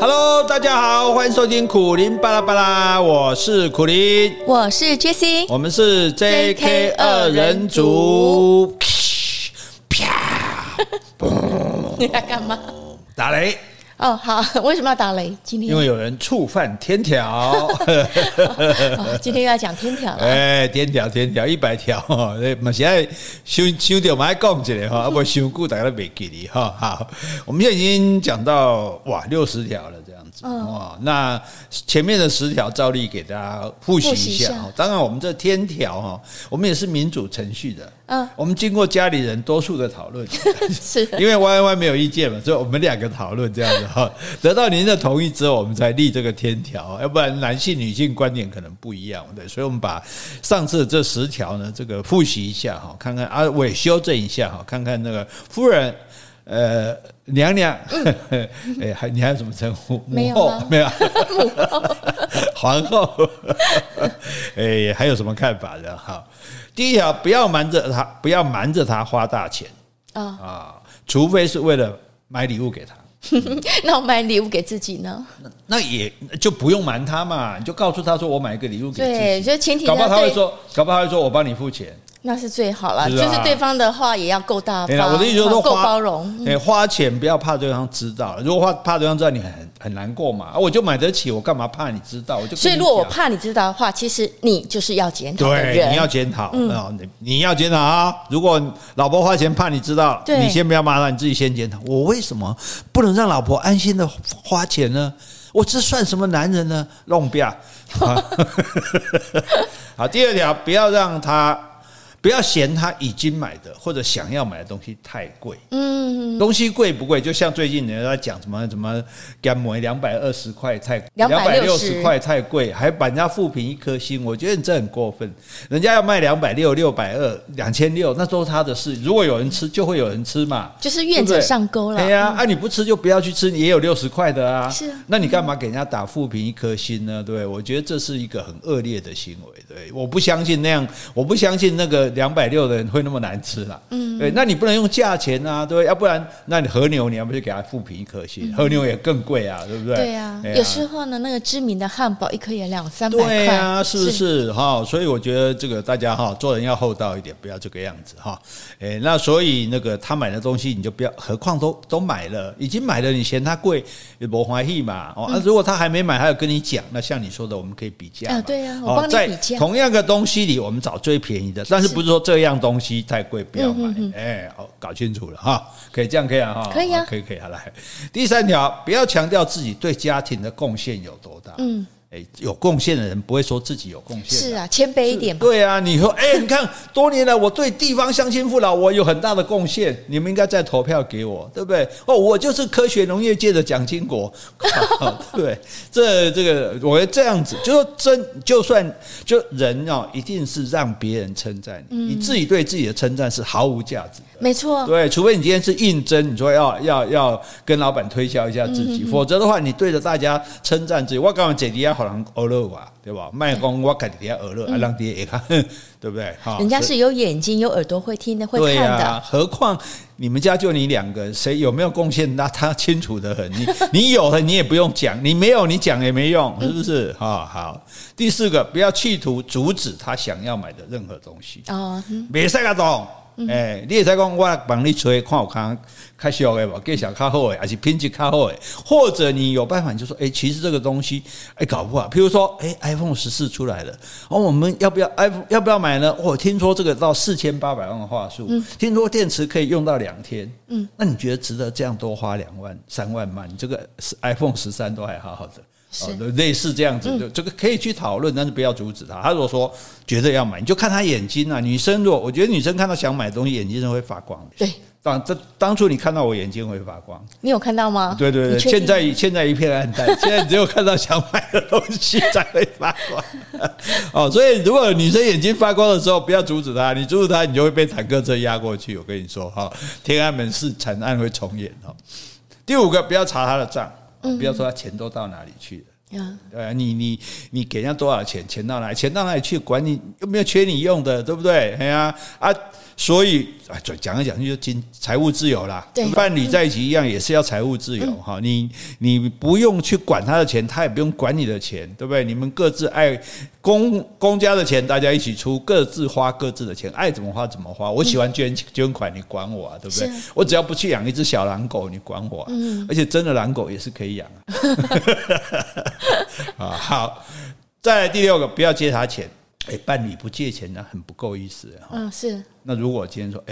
Hello， 大家好，欢迎收听苦苓巴拉巴拉，我是苦苓， 我是 Jessie， 我们是 JK 二人组。 你在干嘛？ 打雷。 哦，好，为什么要打雷？今天因为有人触犯天条。 今天又要讲天条了。 天条100条哈，嘛现在想到嘛要讲一下哈，要不想久大家都袂记哩哈。好，我们现在已经讲到哇60条了这样子哇，那前面的10条照例给大家复习一下。当然，我们这天条哈，我们也是民主程序的。我们经过家里人多数的讨论， 是因为 YY 没有意见嘛，所以我们2个讨论这样子哈，得到您的同意之后，我们才立这个天条，要不然男性女性观点可能不一样，对，所以我们把上次这10条呢，这个复习一下哈，看看啊，我也修正一下哈，看看那个夫人。娘娘，你还有什么称呼？ 母后没有，母后，皇后，还有什么看法的？哈，第一条，不要瞒着他花大钱除非是为了买礼物给他。 那我买礼物给自己呢？ 那也就不用瞒他嘛，你就告诉他说我买一个礼物给自己。 对，所以前提搞不好他会说我帮你付钱。那是最好了，就是对方的话也要够大方， 我的意思就是说够包容。 花钱不要怕对方知道，如果怕对方知道，你很难过嘛。我就买得起，我干嘛怕你知道？ 所以如果我怕你知道的话，其实你就是要检讨的人。 对，你要检讨，你要检讨啊！如果老婆花钱怕你知道，你先不要骂他，你自己先检讨。我为什么不能让老婆安心的花钱呢？我这算什么男人呢？弄不要。好，第2条，不要嫌他已经买的或者想要买的东西太贵。东西贵不贵？就像最近人家在讲什么干膜220块太260块太贵，还把人家负评1颗星，我觉得你这很过分。人家要卖260、620、2600，那都是他的事。如果有人吃，就会有人吃嘛， 就是愿者上钩了。 对啊，你不吃就不要去吃，也有60块的啊。 是， 那你干嘛给人家打负评1颗星呢？对，我觉得这是一个很恶劣的行为。对，我不相信那样，我不相信那个260的人会那么难吃啦。对，那你不能用价钱啊，对，要不然那你和牛你要不就给他负评1颗星，和牛也更贵啊，对不对？ 对啊，有时候呢，那个知名的汉堡1颗也200-300块。 对啊，是不是哈？所以我觉得这个大家哈做人要厚道一点，不要这个样子哈。那所以那个他买的东西你就不要，何况都买了，已经买了，你嫌他贵也不欢喜嘛。如果他还没买，还有跟你讲，那像你说的，我们可以比价嘛。 对啊，我帮你比价。 在同样的东西里，我们找最便宜的，但是不是说这样东西太贵不要买？搞清楚了哈，可以这样可以啊哈， 可以啊， 可以好来。第3条，不要强调自己对家庭的贡献有多大。有贡献的人不会说自己有贡献。 是啊，谦卑一点吧。 对啊，你说你看多年来我对地方乡亲父老我有很大的贡献，你们应该再投票给我，对不对？我就是科学农业界的蒋经国，对，这个我这样子，就算人一定是让别人称赞你，你自己对自己的称赞是毫无价值的。 没错， 对，除非你今天是应征，你说要跟老板推销一下自己，否则的话，你对着大家称赞自己，我干嘛坐底下好人娱乐吧，对吧？卖讲我自己底下娱乐，让底下看，对不对？ 人家是有眼睛、有耳朵会听的、会看的。 对啊，何况你们家就你2个，谁有没有贡献，那他清楚得很。你有了，你也不用讲；你没有，你讲也没用，是不是？好。第4个，不要企图阻止他想要买的任何东西。别使个动。你会使讲我帮你吹，看有较俗的无，价钱较好的，还是品质较好的，或者你有办法，你就说，其实这个东西，搞不好，譬如说，iPhone 14出来了，我们要不要买呢？听说这个到4800万的话术，听说电池可以用到2天，那你觉得值得这样多花2万、3万吗？你这个 iPhone 13都还好好的。类似这样子，这个可以去讨论，但是不要阻止他。他如果说觉得要买，你就看他眼睛啊。女生我觉得女生看到想买的东西，眼睛是会发光的。对，当初你看到我眼睛会发光， 你有看到吗？ 对，现在一片暗淡，现在只有看到想买的东西才会发光。所以如果女生眼睛发光的时候，不要阻止她，你阻止她，你就会被坦克车压过去。我跟你说哈，天安门市惨案会重演。第5个，不要查她的账。不要说他钱都到哪里去了。 你给人家多少钱，钱到哪里？钱到哪里去？管你有没有缺你用的，对不对？哎呀所以讲一讲就财务自由啦。伴侣在一起一样，也是要财务自由哈。你不用去管他的钱，他也不用管你的钱，对不对？你们各自爱公家的钱，大家一起出，各自花各自的钱，爱怎么花怎么花。我喜欢捐款，你管我啊，对不对？我只要不去养一只小狼狗，你管我啊。而且真的狼狗也是可以养啊。好，再来第6个，不要借他钱。伴侣不借钱呢，很不够意思。 是。 那如果今天说，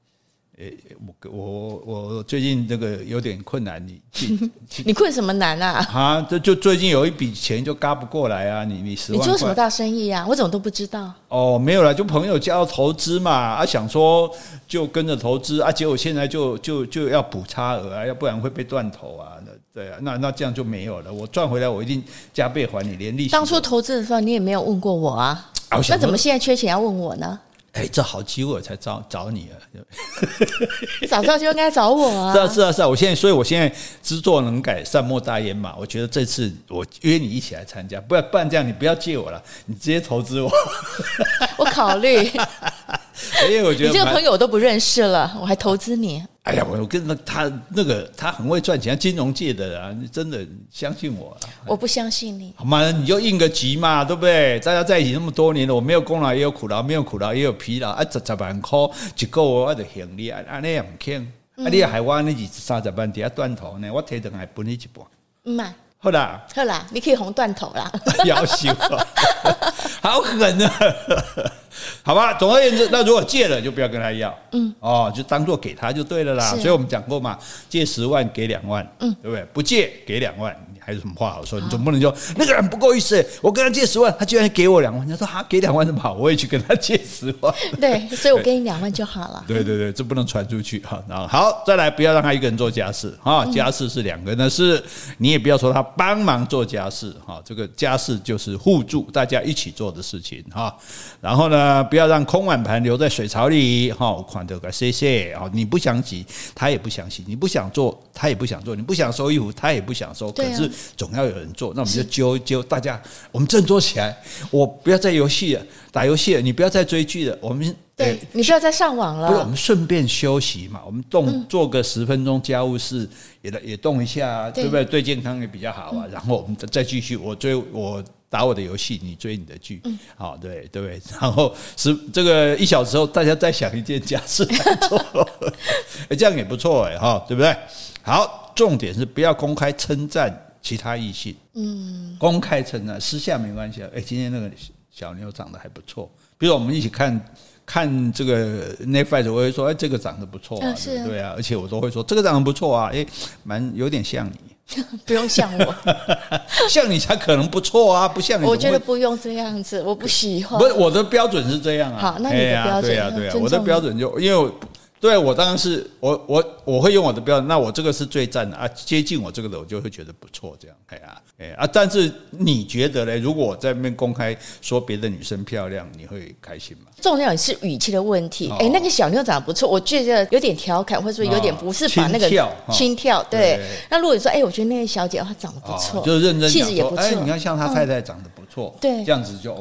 我最近这个有点困难， 你困什么难啊？ 这就最近有一笔钱就嘎不过来啊，你10万块。 你做什么大生意啊？我怎么都不知道。 没有啦，就朋友叫投资嘛，想说就跟着投资结果现在就要补差额要不然会被断头啊。对啊，那这样就没有了。我赚回来，我一定加倍还你，连利息。当初投资的时候，你也没有问过我啊。那怎么现在缺钱要问我呢？ 这好机会我才找你了。 早知道就应该找我啊！ 是啊，所以我现在知作能改，善莫大焉嘛。我觉得这次我约你一起来参加，不然这样你不要借我了，你直接投资我。 我考虑。 因为我觉得你这个朋友我都不认识了，我还投资你。 我跟他很会赚钱，金融界的啊，你真的相信我啊？ 我不相信你。 好嘛，你就应个急嘛，对不对？大家在一起那么多年了，我没有功劳也有苦劳，没有苦劳也有疲劳，10万块一个月我就还你，安尼也不欠。你还我那20-30万底下断头呢，我提回来分你一半。 买。 好啦， 你可以红断头啦。 要求好狠啊！好吧，总而言之，那如果借了就不要跟他要，就当作给他就对了啦。所以我们讲过嘛，借10万给2万，对不对？不借给2万，你还有什么话好说？你总不能说那个人不够意思，我跟他借10万，他居然给我2万，他说给2万这么好，我也去跟他借10万。 对，所以我给你2万就好了。 对，这不能传出去哈。好，再来，不要让他一个人做家事家事是2个人的事，你也不要说他帮忙做家事这个家事就是互助，大家一起做的事情然后呢，不要让空碗盘留在水槽里我看到个谢谢你不想洗，他也不想洗；你不想做，他也不想做；你不想收衣服，他也不想收。可是总要有人做，那我们就揪一揪，大家我们振作起来。我不要再游戏了，打游戏了，你不要再追剧了，我们。 对，你不要再上网了。 不是，我们顺便休息嘛，我们做个10分钟家务事，也动一下，对不对？对健康也比较好啊。然后我们再继续，我打我的游戏，你追你的剧，好，对不对？然后这个1小时后，大家再想一件家事来做，这样也不错对不对？好，重点是不要公开称赞其他异性，公开称赞，私下没关系今天那个小妞长得还不错，比如我们一起看这个 Netflix， 我会说这个长得不错对啊，而且我都会说这个长得不错啊，有点像你。 不用像我。 像你才可能不错啊，不像你。 我觉得不用这样子，我不喜欢。 不是，我的标准是这样啊。 好，那你的标准对啊，我的标准就因为我当然是我会用我的标准，那我这个是最赞的接近我这个的，我就会觉得不错这样。但是你觉得呢？如果我在那边公开说别的女生漂亮，你会开心吗？ 重要是语气的问题。那个小妞长得不错，我觉得有点调侃，或者说有点不是把那个轻跳。对。那如果你说我觉得那位小姐她长得不错， 就是认真讲说， 气质也不错。 你看像她太太长得不错， 对， 这样子就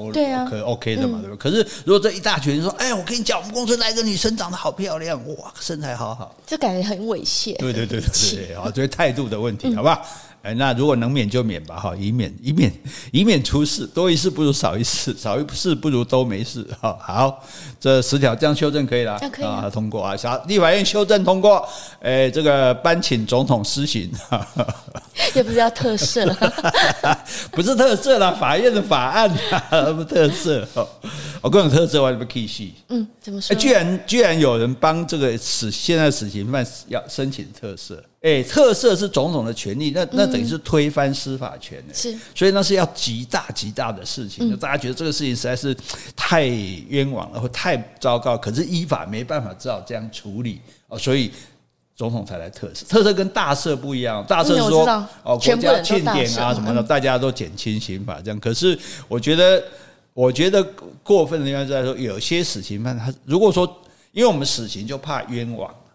OK 的嘛，对吧？可是如果这一大群人说，我跟你讲，我们公司来一个女生长得好漂亮，哇，身材好好， 就感觉很猥亵。 对，这是态度的问题，好不好？那如果能免就免吧，以免出事。多一事不如少一事，少一事不如都没事。好，这10条这样修正可以了， 可以通过啊。立法院修正通过，这个颁请总统施行， 也不是要特赦了， 不是特赦啦，法院的法案不是特赦。我跟你特赦，我怎么气戏？ 怎么说？ 居然有人帮这个现在死刑犯要申请特赦。特赦是总统的权利，那等于是推翻司法权， 是， 所以那是要极大极大的事情，就大家觉得这个事情实在是太冤枉了，或太糟糕，可是依法没办法只好这样处理，所以总统才来特赦。特赦跟大赦不一样，大赦是说国家庆典啊什么的，大家都减轻刑罚这样。可是我觉得过分的应该是在说，有些死刑犯他如果说，因为我们死刑就怕冤枉。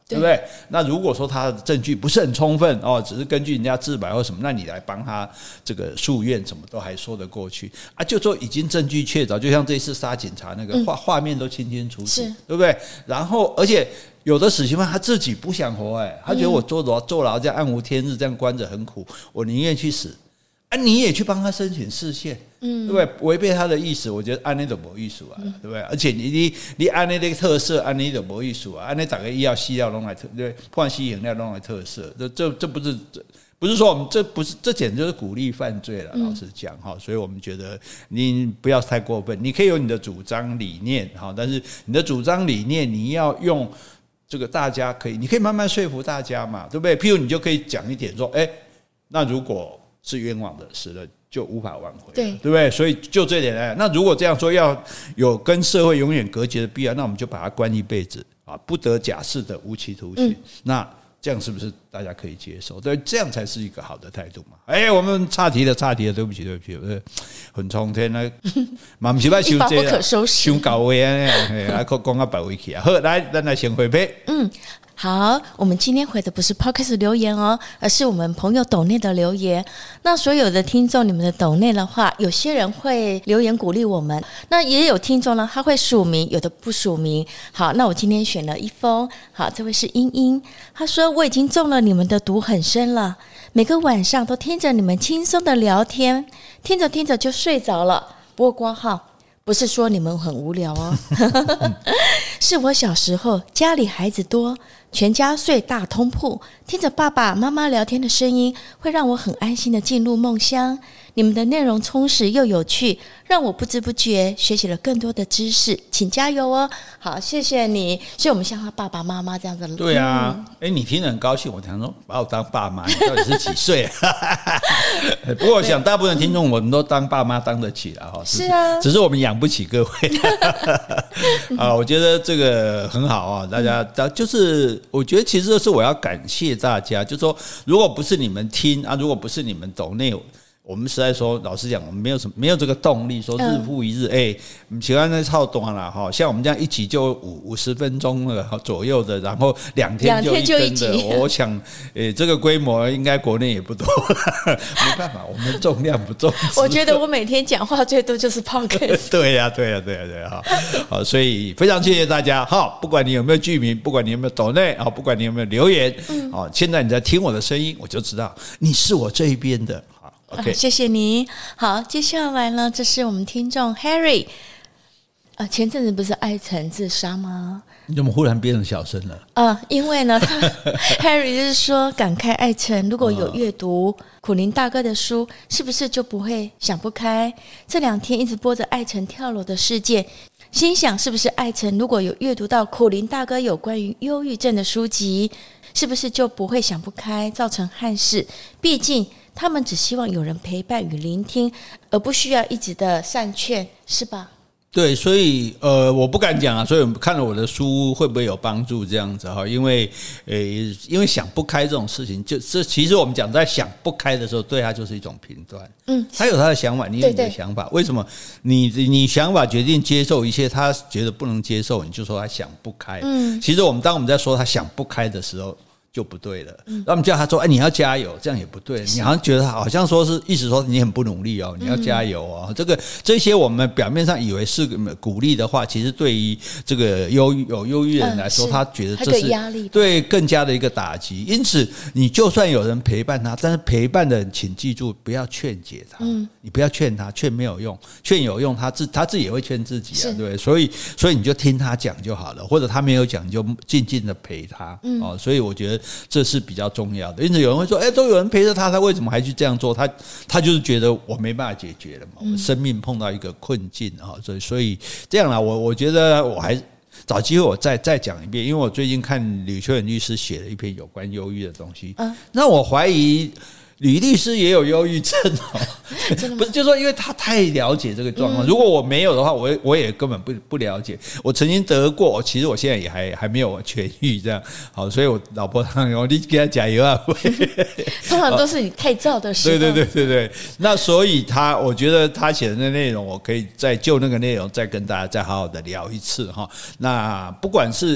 对不对？那如果说他的证据不是很充分只是根据人家自白或什么，那你来帮他这个诉愿，什么都还说得过去啊。就说已经证据确凿，就像这次杀警察那个画面都清清楚楚，对不对？然后而且有的死刑犯他自己不想活，他觉得我坐牢这样暗无天日，这样关着很苦，我宁愿去死啊！你也去帮他申请释宪，对不对？违背他的意思，我觉得按那都没意思啊，对不对？而且你按那个特色，按那都没意思啊，按那大概医药、西药弄来特，对，判西饮料弄来特色，这不是说我们这简直就是鼓励犯罪了。老实讲所以我们觉得你不要太过分，你可以有你的主张理念但是你的主张理念你要用这个大家你可以慢慢说服大家嘛，对不对？譬如你就可以讲一点说，那如果是冤枉的死了就无法挽回，对不对？所以就这点那如果这样说要有跟社会永远隔绝的必要，那我们就把他关一辈子不得假释的无期徒刑。那这样是不是大家可以接受？对，这样才是一个好的态度嘛。我们岔题了，对不起，很冲天了，嘛不是要修这个，修高位啊，讲到白位去啊。好，来，咱来先回配。 好，我们今天回的不是 Podcast 留言而是我们朋友斗内的留言。那所有的听众，你们的斗内的话，有些人会留言鼓励我们，那也有听众呢，他会署名，有的不署名。好，那我今天选了一封。好，这位是英英，他说我已经中了你们的毒很深了，每个晚上都听着你们轻松的聊天，听着听着就睡着了。不过括号不是说你们很无聊是我小时候家里孩子多，全家睡大通铺，听着爸爸妈妈聊天的声音，会让我很安心的进入梦乡。你们的内容充实又有趣，让我不知不觉学习了更多的知识，请加油哦。好，谢谢你。所以我们像他爸爸妈妈这样子。 对啊，你听得很高兴，我想说把我当爸妈，你到底是几岁不过我想大部分听众我们都当爸妈当得起了是啊， 只是我们养不起各位我觉得这个很好大家就是我觉得其实是我要感谢大家，就是说如果不是你们听如果不是你们抖内，我们实在说，老实讲，我们没有这个动力，说日复一日，不喜欢那超短了像我们这样一集就50分钟了左右的，然后2天就一根的，我想，这个规模应该国内也不多，没办法，我们重量不重质。 我觉得我每天讲话最多就是 podcast。 对呀，好，所以非常谢谢大家不管你有没有剧名，不管你有没有抖内不管你有没有留言现在你在听我的声音，我就知道你是我这一边的。Okay. 谢谢你。好，接下来呢，这是我们听众 Harry。前阵子不是艾辰自杀吗？ 你怎么忽然变成小声了？ 因为呢Harry 就是说感慨艾辰如果有阅读苦苓大哥的书，是不是就不会想不开？这2天一直播着艾辰跳楼的事件，心想是不是艾辰如果有阅读到苦苓大哥有关于忧郁症的书籍，是不是就不会想不开，造成憾事？毕竟他们只希望有人陪伴与聆听，而不需要一直的善劝，是吧？ 对，所以我不敢讲所以我们看了我的书会不会有帮助这样子因为想不开这种事情，这其实我们讲在想不开的时候，对他就是一种评断。他有他的想法，你有你的想法，为什么你想法决定接受一切，他觉得不能接受，你就说他想不开。其实当我们在说他想不开的时候就不对了，那我们叫他说你要加油，这样也不对，你好像觉得好像说是意思说你很不努力你要加油这些我们表面上以为是鼓励的话，其实对于这个有忧郁的人来说，他觉得这是压力， 对更加的一个打击。因此你就算有人陪伴他，但是陪伴的人请记住不要劝解他，你不要劝他，劝没有用，劝有用，他自己也会劝自己对不对？所以你就听他讲就好了，或者他没有讲你就静静的陪他所以我觉得这是比较重要的。因此有人会说都有人陪着他为什么还去这样做？他就是觉得我没办法解决了嘛，我生命碰到一个困境所以这样啦，我觉得我还找机会我再讲一遍，因为我最近看吕秋远律师写了一篇有关忧郁的东西那我怀疑吕律师也有忧郁症不是，就是说因为他太了解这个状况如果我没有的话，我也根本不了解。我曾经得过，其实我现在也还没有痊愈这样好，所以我老婆说你给他加油通常都是你太燥的时候对，那所以我觉得他写的那内容，我可以再就那个内容再跟大家再好好的聊一次那不管是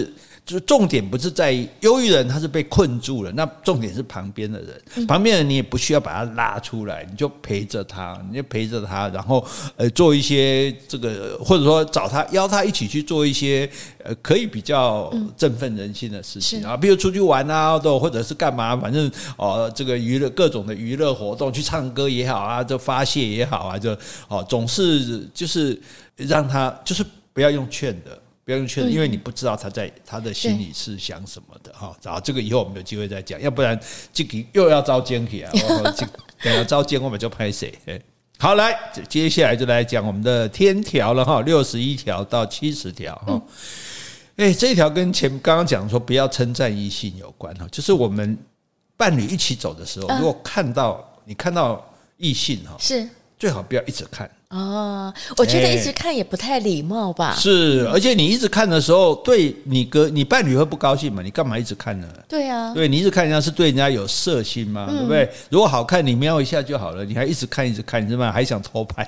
就重点不是在于忧郁人他是被困住了，那重点是旁边的人，旁边的人你也不需要把他拉出来，你就陪着他，然后做一些这个，或者说邀他一起去做一些可以比较振奋人心的事情啊，比如出去玩啊，或者是干嘛，反正这个各种的娱乐活动，去唱歌也好啊，就发泄也好啊，就总是就是让他就是不要用劝的。因为你不知道他的心里是想什么的哈。然后这个以后我们有机会再讲，要不然这个又要遭奸去啊！等到遭奸我们就拍谁？好，来接下来就来讲我们的天条了哈，61条到70条哈。这一条跟刚刚讲说不要称赞异性有关哈，就是我们伴侣一起走的时候，如果看到异性哈，是最好不要一直看。 我觉得一直看也不太礼貌吧。 是，而且你一直看的时候，对你伴侣会不高兴嘛？你干嘛一直看呢？ 对啊， 对你一直看人家是对人家有色心嘛，对不对？如果好看，你瞄一下就好了，你还一直看，你是吧？还想偷拍？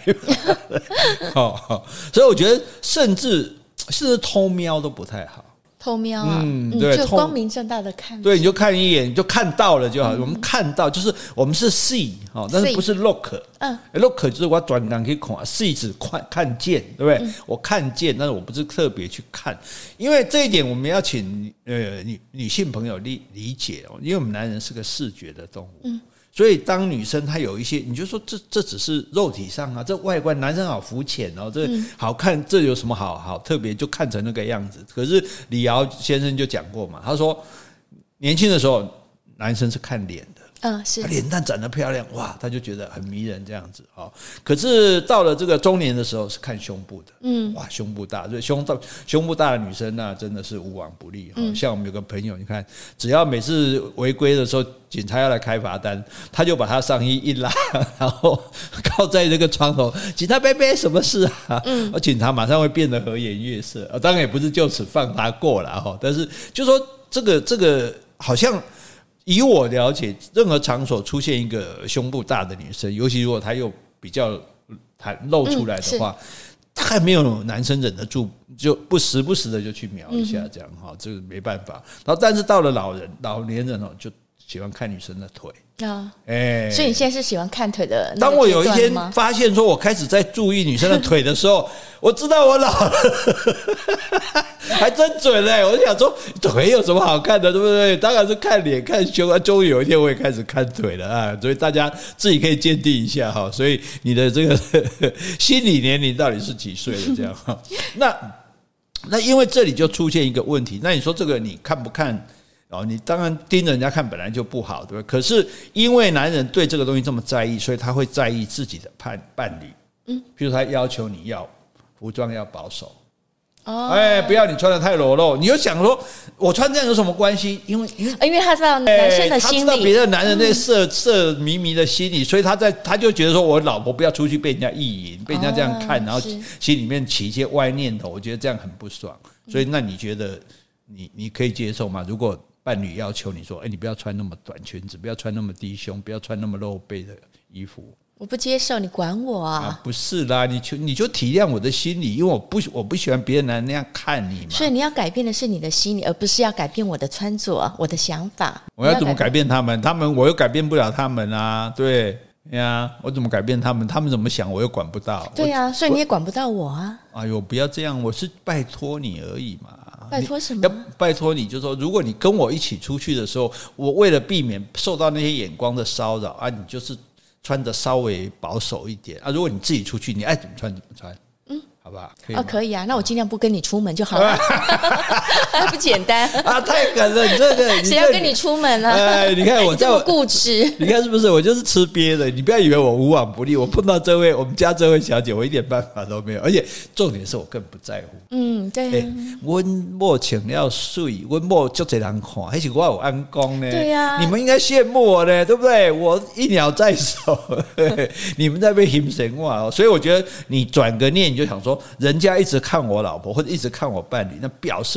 所以我觉得，甚至偷瞄都不太好。 偷瞄啊， 对， 就光明正大的看， 对，你就看一眼，你就看到了就好。我们看到就是我们是 see 但是不是 look，look 就是我转眼可以看 ，see 指看见，对不对？我看见，但是我不是特别去看，因为这一点我们要请女性朋友理解因为我们男人是个视觉的动物。所以当女生她有一些，你就说这只是肉体上啊，这外观男生好肤浅这好看，这有什么好特别就看成那个样子？可是李敖先生就讲过嘛，他说年轻的时候男生是看脸的。是脸蛋长得漂亮，哇，他就觉得很迷人这样子可是到了这个中年的时候是看胸部的，哇，胸部大，所以胸部大的女生呢，真的是无往不利像我们有个朋友，你看，只要每次违规的时候，警察要来开罚单，他就把他上衣一拉，然后靠在这个窗口，警察伯伯什么事啊？警察马上会变得和颜悦色，当然也不是就此放他过了但是就说这个好像。以我了解，任何场所出现一个胸部大的女生，尤其如果她又比较露出来的话，大概没有男生忍得住，就时不时的就去瞄一下，这样这个没办法。然后，但是到了老年人就喜欢看女生的腿。 所以你现在是喜欢看腿的？ 当我有一天发现说我开始在注意女生的腿的时候，我知道我老了，还真准嘞！我就想说腿有什么好看的，对不对？当然是看脸看胸终于有一天我也开始看腿了所以大家自己可以鉴定一下所以你的这个心理年龄到底是几岁了？这样那因为这里就出现一个问题，那你说这个你看不看？你当然盯着人家看本来就不好，对不对？可是因为男人对这个东西这么在意，所以他会在意自己的伴侣。譬如他要求你要服装要保守，不要你穿得太裸露。你就想说，我穿这样有什么关系？因为他知道男生的心理， 他知道别的男人那色迷迷的心理，所以他就觉得说我老婆不要出去被人家意淫，被人家这样看，然后心里面起一些歪念头，我觉得这样很不爽。所以那你觉得你可以接受吗？如果伴侣要求你说你不要穿那么短裙子，不要穿那么低胸，不要穿那么露背的衣服， 我不接受，你管我啊？ 不是啦，你就体谅我的心理，因为我不喜欢别人那样看你嘛。 所以你要改变的是你的心理，而不是要改变我的穿着，我的想法。 我要怎么改变他们？我又改变不了他们啊，对呀，我怎么改变他们？他们怎么想我又管不到。 对啊，所以你也管不到我啊。 哎呦，不要这样，我是拜托你而已嘛。 拜托什么？ 要拜托你，就说如果你跟我一起出去的时候，我为了避免受到那些眼光的骚扰你就是穿得稍微保守一点如果你自己出去，你爱怎么穿怎么穿，好不好？ 可以啊，那我尽量不跟你出门就好了，还不简单太狠了，你这个谁要跟你出门啊？ 你看我这么固执， 你看是不是？我就是吃瘪的，你不要以为我无往不利。我碰到我们家这位小姐，我一点办法都没有，而且重点是我更不在乎。 对， 我某穿了水，我某就这人看，还是我有安公呢？ 对呀， 你们应该羡慕我呢，对不对？我一鸟在手，你们在被힘神我所以我觉得你转个念，你就想说，人家一直看我老婆或者一直看我伴侣，那表示我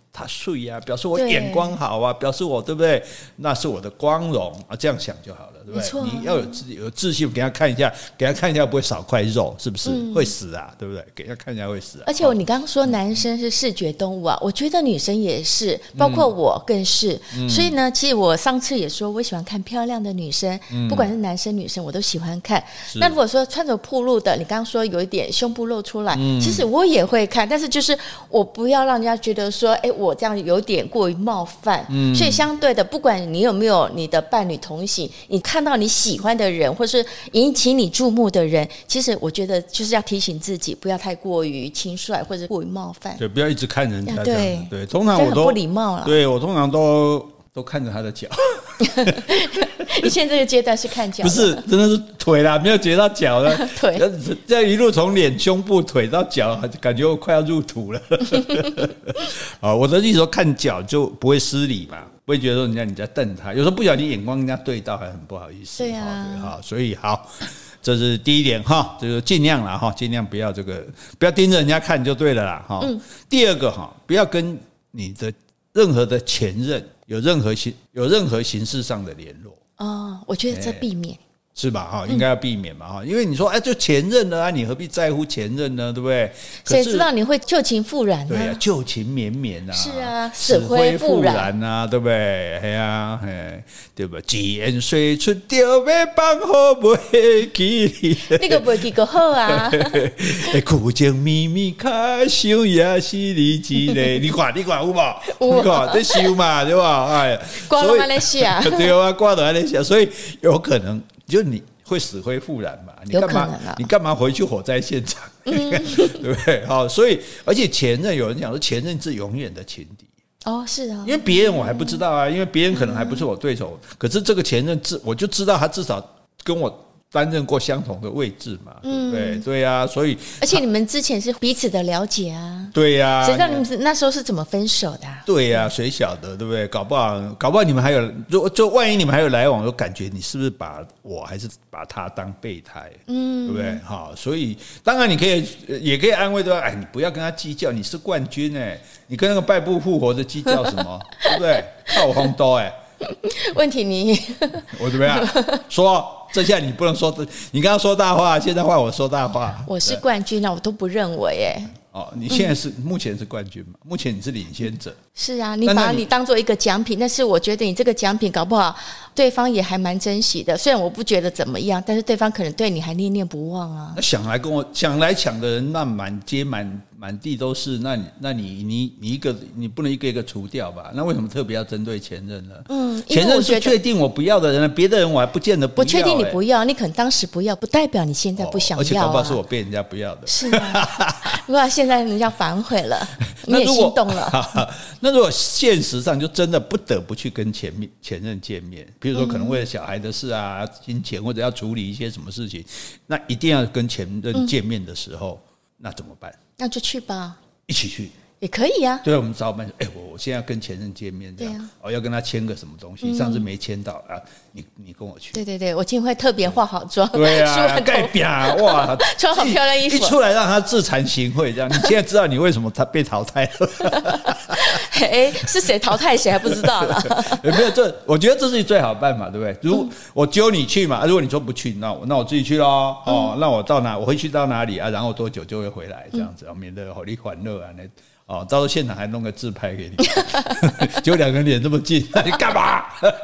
他帅啊，表示我眼光好啊，表示我对不对？那是我的光荣啊，这样想就好了，对不对？你要有自信，给他看一下，会不会少块肉，是不是？会死啊，对不对？给他看一下会死啊。 而且你刚刚说男生是视觉动物啊，我觉得女生也是，包括我更是。所以呢，其实我上次也说，我喜欢看漂亮的女生，不管是男生女生，我都喜欢看。那如果说穿着暴露的，你刚刚说有一点胸部露出来，其实我也会看，但是就是我不要让人家觉得说，我这样有点过于冒犯。所以相对的，不管你有没有你的伴侣同行，你看到你喜欢的人，或是引起你注目的人，其实我觉得就是要提醒自己，不要太过于轻率或者过于冒犯。 对，不要一直看人家这样子。对，通常我都不礼貌了。 对，我通常都看着他的脚。 你现在这个阶段是看脚， 不是，真的是腿啦，没有觉到脚了。 腿这样一路从脸、胸部、腿到脚，感觉我快要入土了。我的意思说，看脚就不会失礼嘛，不会觉得说你在瞪他，有时候不小心眼光人家对到，还很不好意思。 对啊， 所以好。这是第一点哈，就是尽量啦哈，尽量不要不要盯着人家看就对了啦哈。第二个哈，不要跟你的任何的前任有任何形式上的联络。 我觉得这避免。 是吧？哈，应该要避免嘛哈，因为你说就前任了啊，你何必在乎前任呢？对不对？ 谁知道你会旧情复燃呢？ 对啊，旧情绵绵啊， 是啊，死灰复燃啊，对不对？哎呀，对吧？既然水出掉要放好不会记那个不记个好啊。 苦情绵绵卡想也是你一个，你看有冇？你看这修嘛，对吧？哎， 挂都还在写， 对啊，挂都还在写，所以有可能。就你会死灰复燃嘛？你干嘛回去火灾现场？对不对？好，所以而且前任有人讲说前任是永远的情敌。 是啊， 因为别人我还不知道啊，因为别人可能还不是我对手，可是这个前任我就知道他至少跟我担任过相同的位置嘛，对不对？对啊，所以而且你们之前是彼此的了解啊， 对啊， 谁知道你们那时候是怎么分手的？ 对啊，谁晓得，对不对？搞不好你们还有，就万一你们还有来往，有感觉你是不是把我还是把他当备胎？对不对？好，所以当然也可以安慰对吧？你不要跟他计较，你是冠军你跟那个败不复活的计较什么？对不对？靠红刀问题我怎么样说？这下你不能说，你刚刚说大话，现在换我说大话。 我是冠军啊，我都不认为你现在目前是冠军嘛？目前你是领先者。 是啊，你把你当做一个奖品，但是我觉得你这个奖品搞不好对方也还蛮珍惜的。虽然我不觉得怎么样，但是对方可能对你还念念不忘啊。 那想来抢的人，那满街满地都是，那你不能一个一个除掉吧？那为什么特别要针对前任呢？前任是确定我不要的人，别的人我还不见得不要。 我确定你不要，你可能当时不要，不代表你现在不想要而且搞不好是我被人家不要的。 是啊，如果现在人家反悔了，你也心动了。 那如果现实上就真的不得不去跟前任见面，比如说可能为了小孩的事啊、金钱或者要处理一些什么事情，那一定要跟前任见面的时候，那怎么办？ 那就去吧， 一起去也可以啊。 对，我们早班说，我现在要跟前任见面，这样要跟他签个什么东西，上次没签到啊，你跟我去。 对，我今天会特别化好妆， 对啊，盖表哇， 穿好漂亮衣服， 一出来让他自惭形秽，这样。你现在知道你为什么他被淘汰了？ 是谁淘汰谁还不知道了？ 没有，我觉得这是最好的办法，对不对？如果我揪你去嘛，如果你说不去，那我自己去咯。那我会去到哪里啊？然后多久就会回来，这样子，免得好你欢乐啊。到时候现场还弄个自拍给你，就两个人脸这么近，那你干嘛？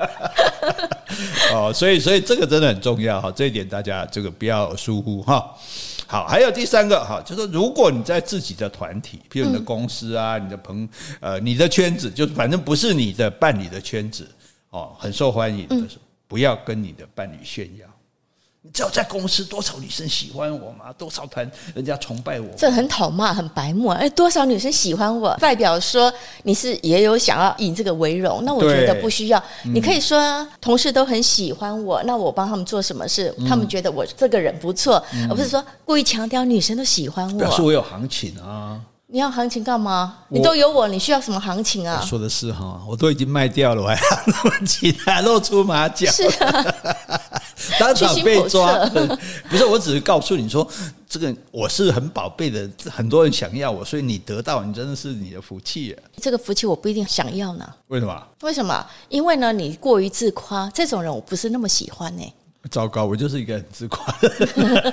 所以这个真的很重要哈，这一点大家这个不要疏忽哈。好，还有第三个哈，就是如果你在自己的团体，譬如你的公司啊，你的你的圈子，就是反正不是你的伴侣的圈子很受欢迎的时候，不要跟你的伴侣炫耀。你知道在公司多少女生喜欢我吗？多少团人家崇拜我？ 这很讨骂，很白目。多少女生喜欢我，代表说你是也有想要以这个为荣。那我觉得不需要，你可以说同事都很喜欢我，那我帮他们做什么事，他们觉得我这个人不错，而不是说故意强调女生都喜欢我。 表示我有行情啊。 你要行情干嘛？你都有我，你需要什么行情啊？ 我说的是我都已经卖掉了，我还要那么其他露出马脚？ 是啊， 当场被抓。不是，我只是告诉你说， 这个我是很宝贝的，很多人想要我，所以你得到，你真的是你的福气耶。 这个福气我不一定想要呢。 为什么？ 为什么？因为呢，你过于自夸，这种人我不是那么喜欢呢。 糟糕，我就是一个很自夸的人。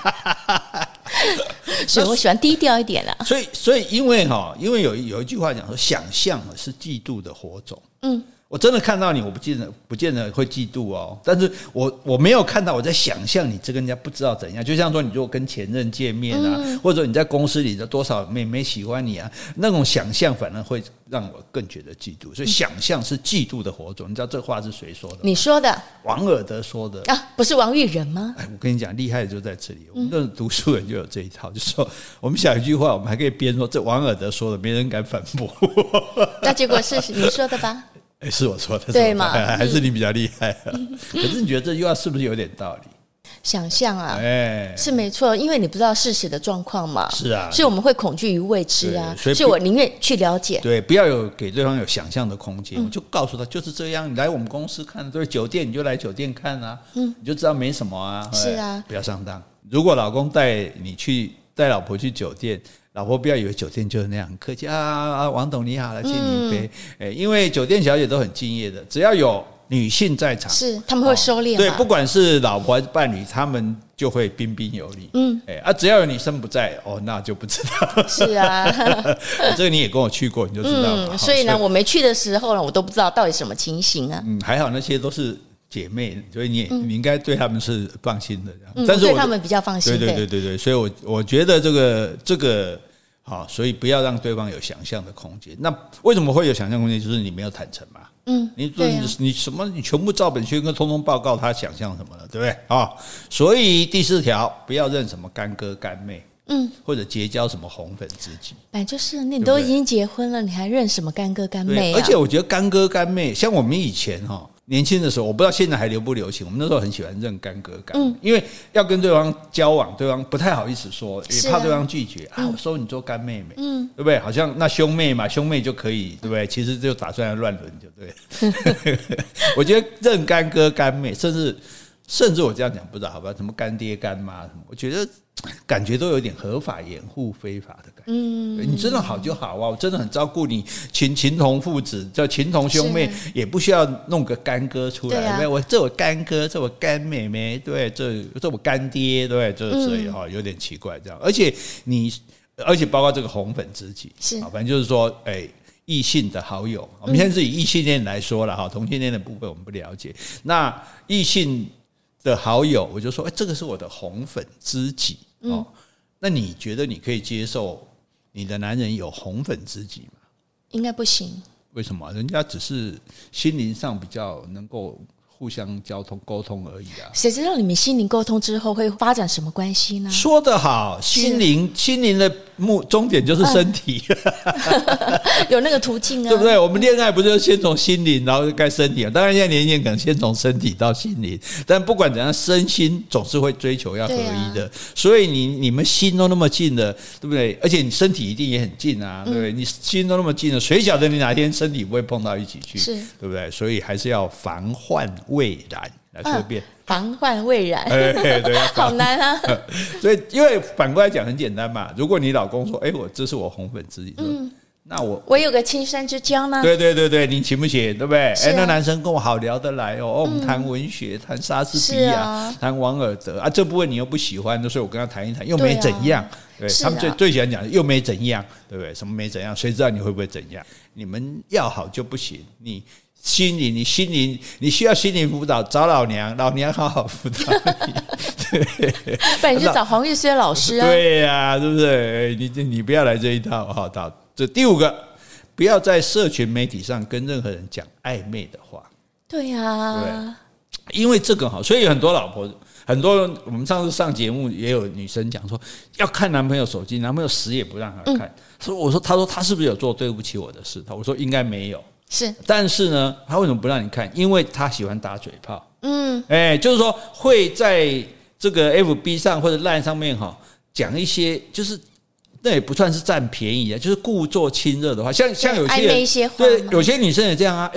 所以我喜欢低调一点啦。 所以因为有一句话讲说，想象是嫉妒的火种。我真的看到你，我不见得会嫉妒哦。但是我没有看到，我在想象你这个人家不知道怎样。就像说，你如果跟前任见面啊，或者你在公司里的多少妹妹喜欢你啊，那种想象反而会让我更觉得嫉妒。所以想象是嫉妒的火种。你知道这话是谁说的吗？ 你说的， 王尔德说的啊，不是王玉仁吗？ 我跟你讲，厉害的就在这里。我们这种读书人就有这一套，就是说我们想一句话，我们还可以编说这王尔德说的，没人敢反驳。 那结果是你说的吧？ 是我说的， 对吗？ 还是你比较厉害可是你觉得这句话是不是有点道理？ 想象啊，是没错，因为你不知道事实的状况嘛。 是啊， 所以我们会恐惧于未知啊。所以我宁愿去了解。 对，不要给对方有想象的空间。我就告诉他就是这样。你来我们公司看，对酒店你就来酒店看啊，你就知道没什么啊。 是啊， 不要上当。如果老公带老婆去酒店，老婆不要以为酒店就是那样很客气啊，王董你好，来敬你一杯。因为酒店小姐都很敬业的，只要有女性在场， 是他们会收敛。 对，不管是老婆还是伴侣，他们就会彬彬有礼。只要有女生不在，那就不知道。 是啊， 这个你也跟我去过，你就知道。 所以呢，我没去的时候呢，我都不知道到底什么情形啊。 还好那些都是姐妹，所以你应该对他们是放心的。 但是对他们比较放心。 对，所以我觉得这个好，所以不要让对方有想象的空间。那为什么会有想象空间？就是你没有坦诚嘛。你什么？你全部照本宣科，通通报告他想象什么了，对不对？所以第4条，不要认什么干哥干妹。或者结交什么红粉知己。 就是你都已经结婚了，你还认什么干哥干妹啊？ 而且我觉得干哥干妹，像我们以前年轻的时候，我不知道现在还流不流行。我们那时候很喜欢认干哥干妹，因为要跟对方交往，对方不太好意思说，也怕对方拒绝我收你做干妹妹，对不对？好像那兄妹嘛，兄妹就可以，对不对？其实就打算要乱伦，就对。我觉得认干哥干妹，甚至我这样讲不知道好吧？什么干爹干妈什么，我觉得感觉都有点合法掩护非法的感觉。你真的好就好啊，我真的很照顾你，情同父子，叫情同兄妹，也不需要弄个干哥出来。这我干哥，这我干妹妹，对，这我干爹，对，所以有点奇怪这样。而且包括这个红粉知己，反正就是说，异性的好友，我们现在是以异性恋来说了同性恋的部分我们不了解。那异性的好友，我就说，这个是我的红粉知己。那你觉得你可以接受你的男人有红粉知己吗？ 应该不行。 为什么？人家只是心灵上比较能够互相沟通而已啊。 谁知道你们心灵沟通之后会发展什么关系呢？ 说得好，心灵的终点就是身体。 有那个途径啊， 对不对？我们恋爱不就是先从心灵，然后该身体？当然现在年轻人可能先从身体到心灵，但不管怎样，身心总是会追求要合一的。所以你们心都那么近了，对不对？而且你身体一定也很近啊，对不对？你心都那么近了，谁晓得你哪天身体不会碰到一起去？对不对？所以还是要防患未然。来说一遍， 防患未然。 对， 好难啊。 所以，因为反过来讲很简单嘛。如果你老公说：“这是我红粉知己。”那我有个青山之交呢。 对，你行不行？对不对？那男生跟我好聊得来我们谈文学，谈莎士比亚，谈王尔德这部分你又不喜欢，所以我跟他谈一谈，又没怎样。对，他们最喜欢讲又没怎样，对不对？什么没怎样？谁知道你会不会怎样？你们要好就不行，你心灵你需要心灵辅导，找老娘好好辅导你。对， 不然你就找黄玉虽老师啊。 对呀，对不对？你不要来这一套。好，这第5个，不要在社群媒体上跟任何人讲暧昧的话。 对呀， 因为这个所以很多老婆，很多我们上次上节目也有女生讲说，要看男朋友手机，男朋友死也不让她看。他说他是不是有做对不起我的事？我说应该没有。 是， 但是呢，他为什么不让你看？因为他喜欢打嘴炮。就是说会在这个 FB 上或者 LINE 上面讲一些，就是那也不算是占便宜啊，就是故作亲热的话，像有些人暧昧一些话， 对，有些女生也这样啊。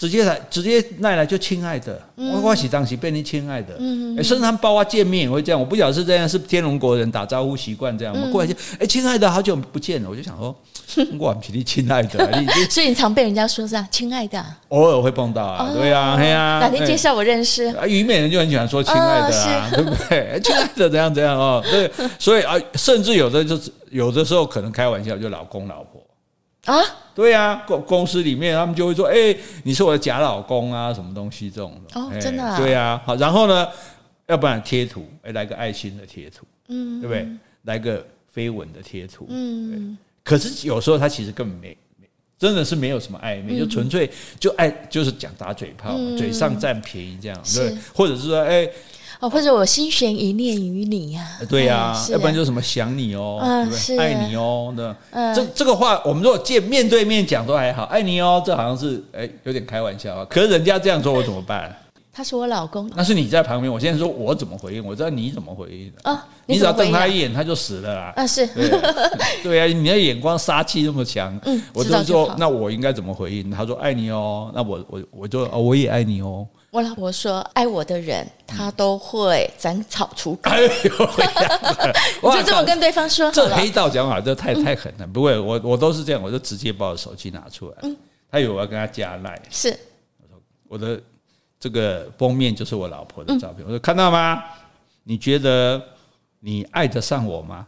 直接赖来就亲爱的，我是当时被你亲爱的，甚至他们包括见面也会这样，我不晓得是这样，是天龙国人打招呼习惯这样吗？过来就亲爱的，好久不见了，我就想说，我不是你亲爱的， 所以你常被人家说是亲爱的啊， 偶尔会碰到啊，对啊，嘿啊， 哪天介绍我认识啊？虞美人就很喜欢说亲爱的啊，对不对？亲爱的怎样怎样哦，对，所以甚至有的时候可能开玩笑就老公老婆。啊，对啊，公司里面他们就会说，你是我的假老公啊，什么东西这种的。 哦，真的啊？ 对啊，好，然后呢，要不然贴图，来个爱心的贴图，对不对？来个飞吻的贴图，可是有时候他其实根本没，真的是没有什么暧昧，就纯粹就爱，就是讲打嘴炮，嘴上占便宜这样，对，或者是说， 或者我心悬一念于你呀， 对呀，要不然就什么想你哦，对不对？爱你哦，这个话我们如果面对面讲都还好，爱你哦，这好像是有点开玩笑啊。可是人家这样说我怎么办？ 他是我老公， 那是你在旁边。我现在说我怎么回应，我知道你怎么回应啊。你只要瞪他一眼，他就死了啦。 啊，是， 对啊，你的眼光杀气那么强，我就说那我应该怎么回应？他说爱你哦，那我就我也爱你哦。 我老婆说，爱我的人他都会斩草除根。 哎呦， 我就这么跟对方说好了。 这黑道讲法，这太狠了。不会，我都是这样，我就直接把我手机拿出来。他以为我要跟他加赖， 是我的这个封面就是我老婆的照片。我说看到吗？你觉得你爱得上我吗？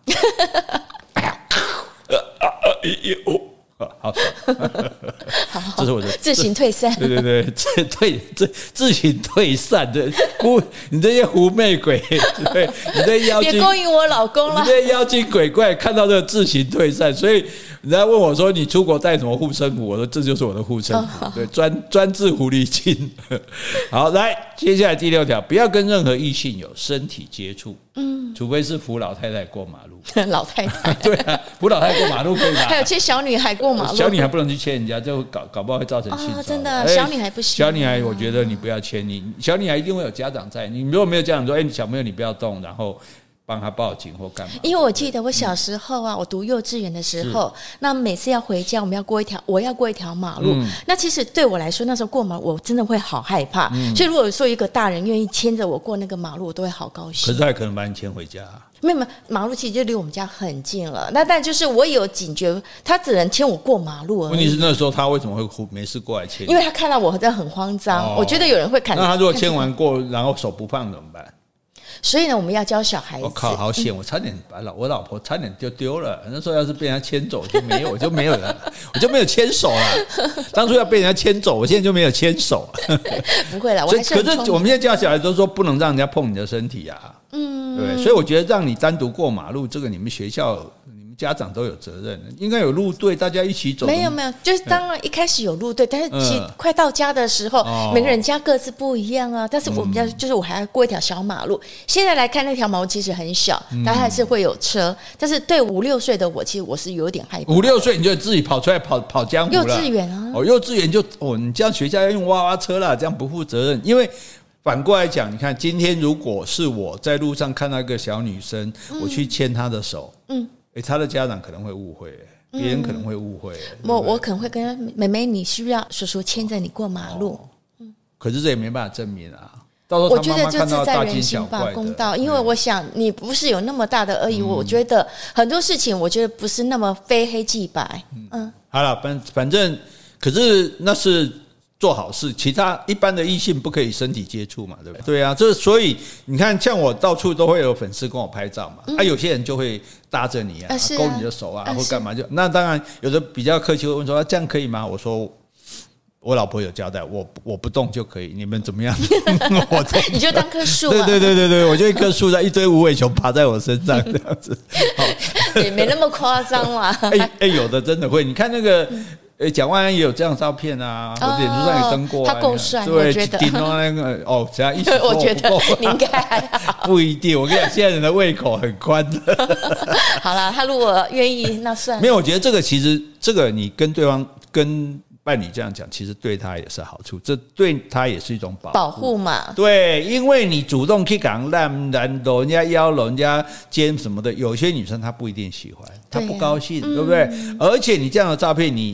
好，这是我的自行退散。 对，自行退散的你这些狐媚鬼，对，你这些妖精， 别勾引我老公了。 你这些妖精鬼怪看到这个自行退散，所以人家问我说你出国带什么护身符？我说这就是我的护身符，对，专治狐狸精。好，来，接下来第6条，不要跟任何异性有身体接触，除非是扶老太太过马路。 老太太， 对啊，扶老太太过马路可以吗？ 还有牵小女孩过马路， 小女孩不能去牵人家，就搞不好会造成性骚扰。 真的，小女孩不行。 小女孩，我觉得你不要牵你，小女孩一定会有家长在。你如果没有家长说，小朋友你不要动，然后帮他报警或干嘛？ 因为我记得我小时候啊，我读幼稚园的时候，那每次要回家，我要过一条马路。那其实对我来说，那时候过马路，我真的会好害怕。所以如果说一个大人愿意牵着我过那个马路，我都会好高兴。 可是他也可能把你牵回家。 没有，马路其实就离我们家很近了。那但就是我有警觉，他只能牵我过马路而已。 问题是那时候他为什么会没事过来牵？ 因为他看到我真的很慌张，我觉得有人会砍。 那他如果牵完过，然后手不放怎么办？ 所以呢，我们要教小孩子。 我靠，好险！我差点把我老婆差点就丢了。那时候要是被人家牵走，就没有，我就没有了，我就没有牵手了。当初要被人家牵走，我现在就没有牵手。 不会了，我还是很聪明。 可是我们现在教小孩都说不能让人家碰你的身体啊。对，所以我觉得让你单独过马路，这个你们学校、你们家长都有责任，应该有路队，大家一起走。 没有，就是当然一开始有路队，但是其实快到家的时候，每个人家各自不一样啊。但是我们家就是我还要过一条小马路。现在来看那条马路其实很小，但还是会有车。但是对5、6岁的我，其实我是有点害怕。 5、6岁你就自己跑出来跑江湖了。 幼稚园啊， 幼稚园就你这样学校要用娃娃车啦，这样不负责任，因为。反过来讲，你看，今天如果是我在路上看到一个小女生，我去牵她的手，她的家长可能会误会，别人可能会误会。 我可能会跟她妹妹，你需不需要叔叔牵着你过马路？ 可是这也没办法证明啊。到时候我觉得就自在人心吧，公道。因为我想你不是有那么大的恶意，我觉得很多事情，我觉得不是那么非黑即白。 好了，反正，可是那是。做好事，其他一般的异性不可以身体接触嘛，对不对？对啊，所以你看，像我到处都会有粉丝跟我拍照嘛，有些人就会搭着你啊，勾你的手啊，或干嘛那当然有的比较客气会问说，这样可以吗？我说我老婆有交代，我不动就可以，你们怎么样？我动你就当棵树、 啊。对，我就一棵树在一堆无尾熊爬在我身上这样子， 也没那么夸张嘛。 有的真的会，你看那个。蒋万安也有这样照片啊，我脸书上也登过、 他够帅， 对， 我觉得。 顶到那个只要一起做， 我觉得你应该还好。 不一定，我跟你讲，现在人的胃口很宽的。 好了，他如果愿意，那算了。 没有，我觉得这个其实你跟对方跟伴侣这样讲，其实对他也是好处，这对他也是一种保护嘛。 对，因为你主动去讲烂搂人家腰、搂人家肩什么的，有些女生她不一定喜欢，她不高兴，对不对？而且你这样的照片，你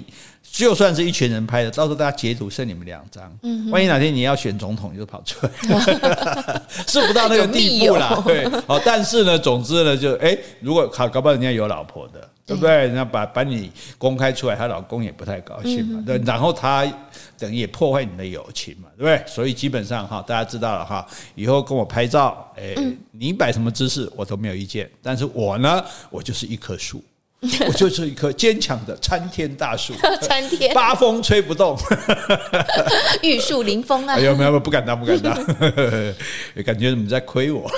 就算是一群人拍的，到时候大家截图剩你们2张，万一哪天你要选总统，就跑出来，是不到那个地步啦。对，但是呢，总之呢，就如果搞不好人家有老婆的，对不对？人家把你公开出来，她老公也不太高兴嘛，对，然后他等于也破坏你的友情嘛，对不对？所以基本上大家知道了哈，以后跟我拍照，你摆什么姿势我都没有意见，但是我呢，我就是一棵树。我就是一棵坚强的参天大树， 参天八风吹不动， 玉树临风啊！ 没有，不敢当，感觉你们在亏我。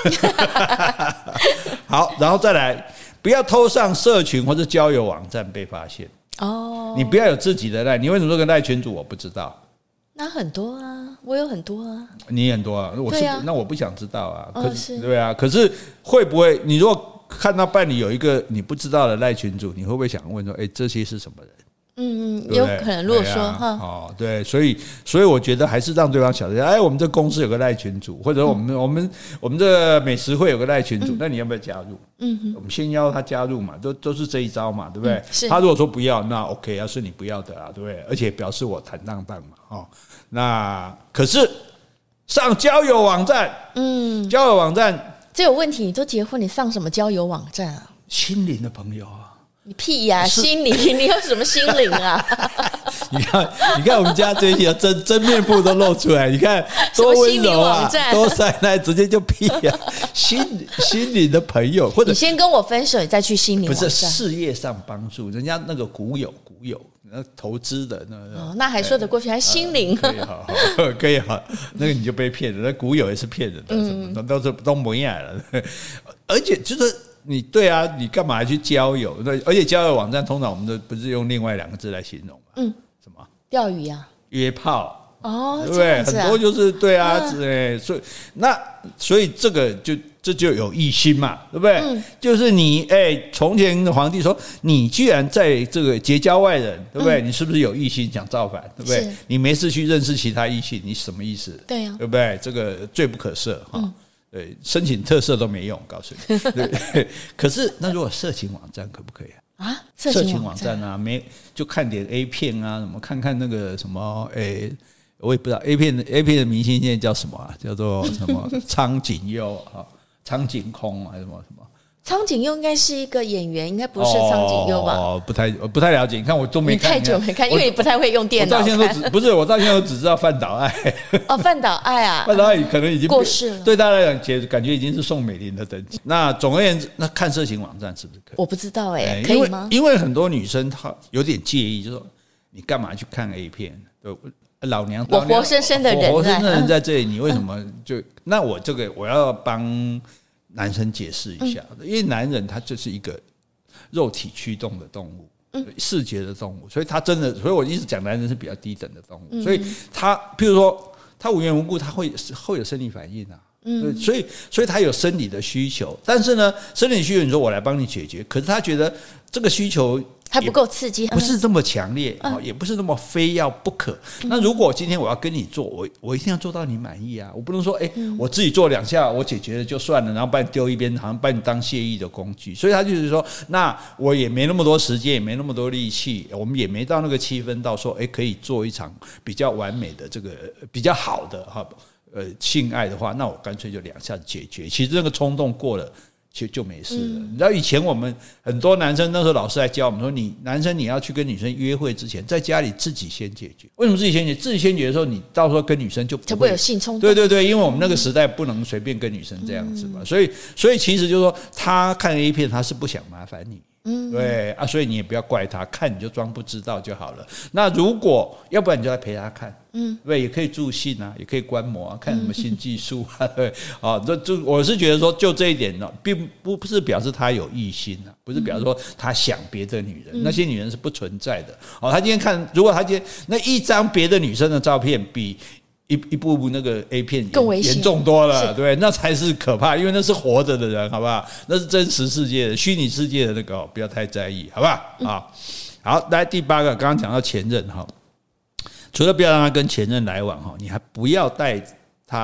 好，然后再来，不要偷上社群或者交友网站被发现哦。你不要有自己的赖，你为什么说跟赖群主？我不知道。 那很多啊，我有很多啊， 你很多啊， 对啊， 那我不想知道啊。可是对啊，可是会不会你如果看到伴侣有一个你不知道的赖群主，你会不会想问说，这些是什么人？ 有可能。如果说对，所以我觉得还是让对方晓得，我们这公司有个赖群主，或者我们这个美食会有个赖群主，那你要不要加入？我们先邀他加入嘛，都是这一招嘛，对不对？他如果说不要，那 OK， 要是你不要的啊，对不对？而且表示我坦荡荡嘛，那可是上交友网站，交友网站。 这有问题，你都结婚，你上什么交友网站啊？ 心灵的朋友啊！ 你屁呀、心灵，你有什么心灵啊？ 你看我们家这些真面目都露出来，你看多温柔啊，多塞奶，直接就屁呀、心灵的朋友，或者你先跟我分手，你再去心灵网站。 不是事业上帮助，人家那个股友。投资的那还说得过去，还心灵可以好，那个你就被骗了，那股友也是骗人的，什么都没样了。而且就是你对啊，你干嘛去交友？而且交友网站通常我们都不是用另外2个字来形容嘛？什么？ 钓鱼啊？ 约炮。 对不对？很多就是对啊，所以这就有异心嘛，对不对？就是你从前的皇帝说，你居然在这个结交外人，对不对？你是不是有异心想造反，对不对？你没事去认识其他异性，你什么意思？ 对啊， 对不对？这个罪不可赦哈。对，申请特赦都没用，告诉你。对，可是那如果色情网站可不可以啊？ 色情网站啊，就看点 A 片啊，什么看看那个什么我也不知道 A 片的明星现在叫什么啊？叫做什么苍井优啊，苍井空还是什么？ 苍井优应该是一个演员，应该不是苍井优吧？ 不太了解。你看我都没看， 你太久没看，因为你不太会用电脑。 我到现在都只知道饭岛爱。 饭岛爱啊， 饭岛爱可能已经过世了。 对大家来讲，感觉已经是宋美龄的等级。那总而言之，那看色情网站是不是可以？ 我不知道可以吗？ 因为很多女生她有点介意，就说你干嘛去看 A 片？老娘， 我活生生的人在这里，你为什么就？那我这个我要帮男生解释一下，因为男人他就是一个肉体驱动的动物，视觉的动物，所以他真的，所以我一直讲男人是比较低等的动物，所以他譬如说他无缘无故他会有生理反应啊。所以他有生理的需求，但是呢，生理需求你说我来帮你解决，可是他觉得这个需求还不够刺激， 不是这么强烈，也不是那么非要不可。那如果今天我要跟你做，我一定要做到你满意啊！我不能说我自己做2下我解决了就算了，然后把你丢一边，好像把你当泄意的工具。所以他就是说，那我也没那么多时间，也没那么多力气，我们也没到那个气氛到说可以做一场比较完美的这个比较好的性爱的话，那我干脆就2下子解决。其实那个冲动过了就没事了。你知道以前我们很多男生那时候老师来教我们说，男生你要去跟女生约会之前，在家里自己先解决。为什么自己先解决？自己先解决的时候，你到时候跟女生就不会有性冲动。 对，因为我们那个时代不能随便跟女生这样子嘛，所以其实就是说，他看 A 片他是不想麻烦你。对啊，所以你也不要怪他，看你就装不知道就好了。那如果要不然你就来陪他看，对，也可以助兴啊，也可以观摩啊，看什么新技术啊，对啊，我是觉得说，就这一点呢，并不是表示他有异心啊，不是表示说他想别的女人，那些女人是不存在的。他今天看，如果他今天那一张别的女生的照片比一部那个 A 片严重多了，对，那才是可怕，因为那是活着的人，好不好？那是真实世界的，虚拟世界的那个不要太在意，好不好？好，来第8个，刚刚讲到前任哈，除了不要让他跟前任来往哈，你还不要带他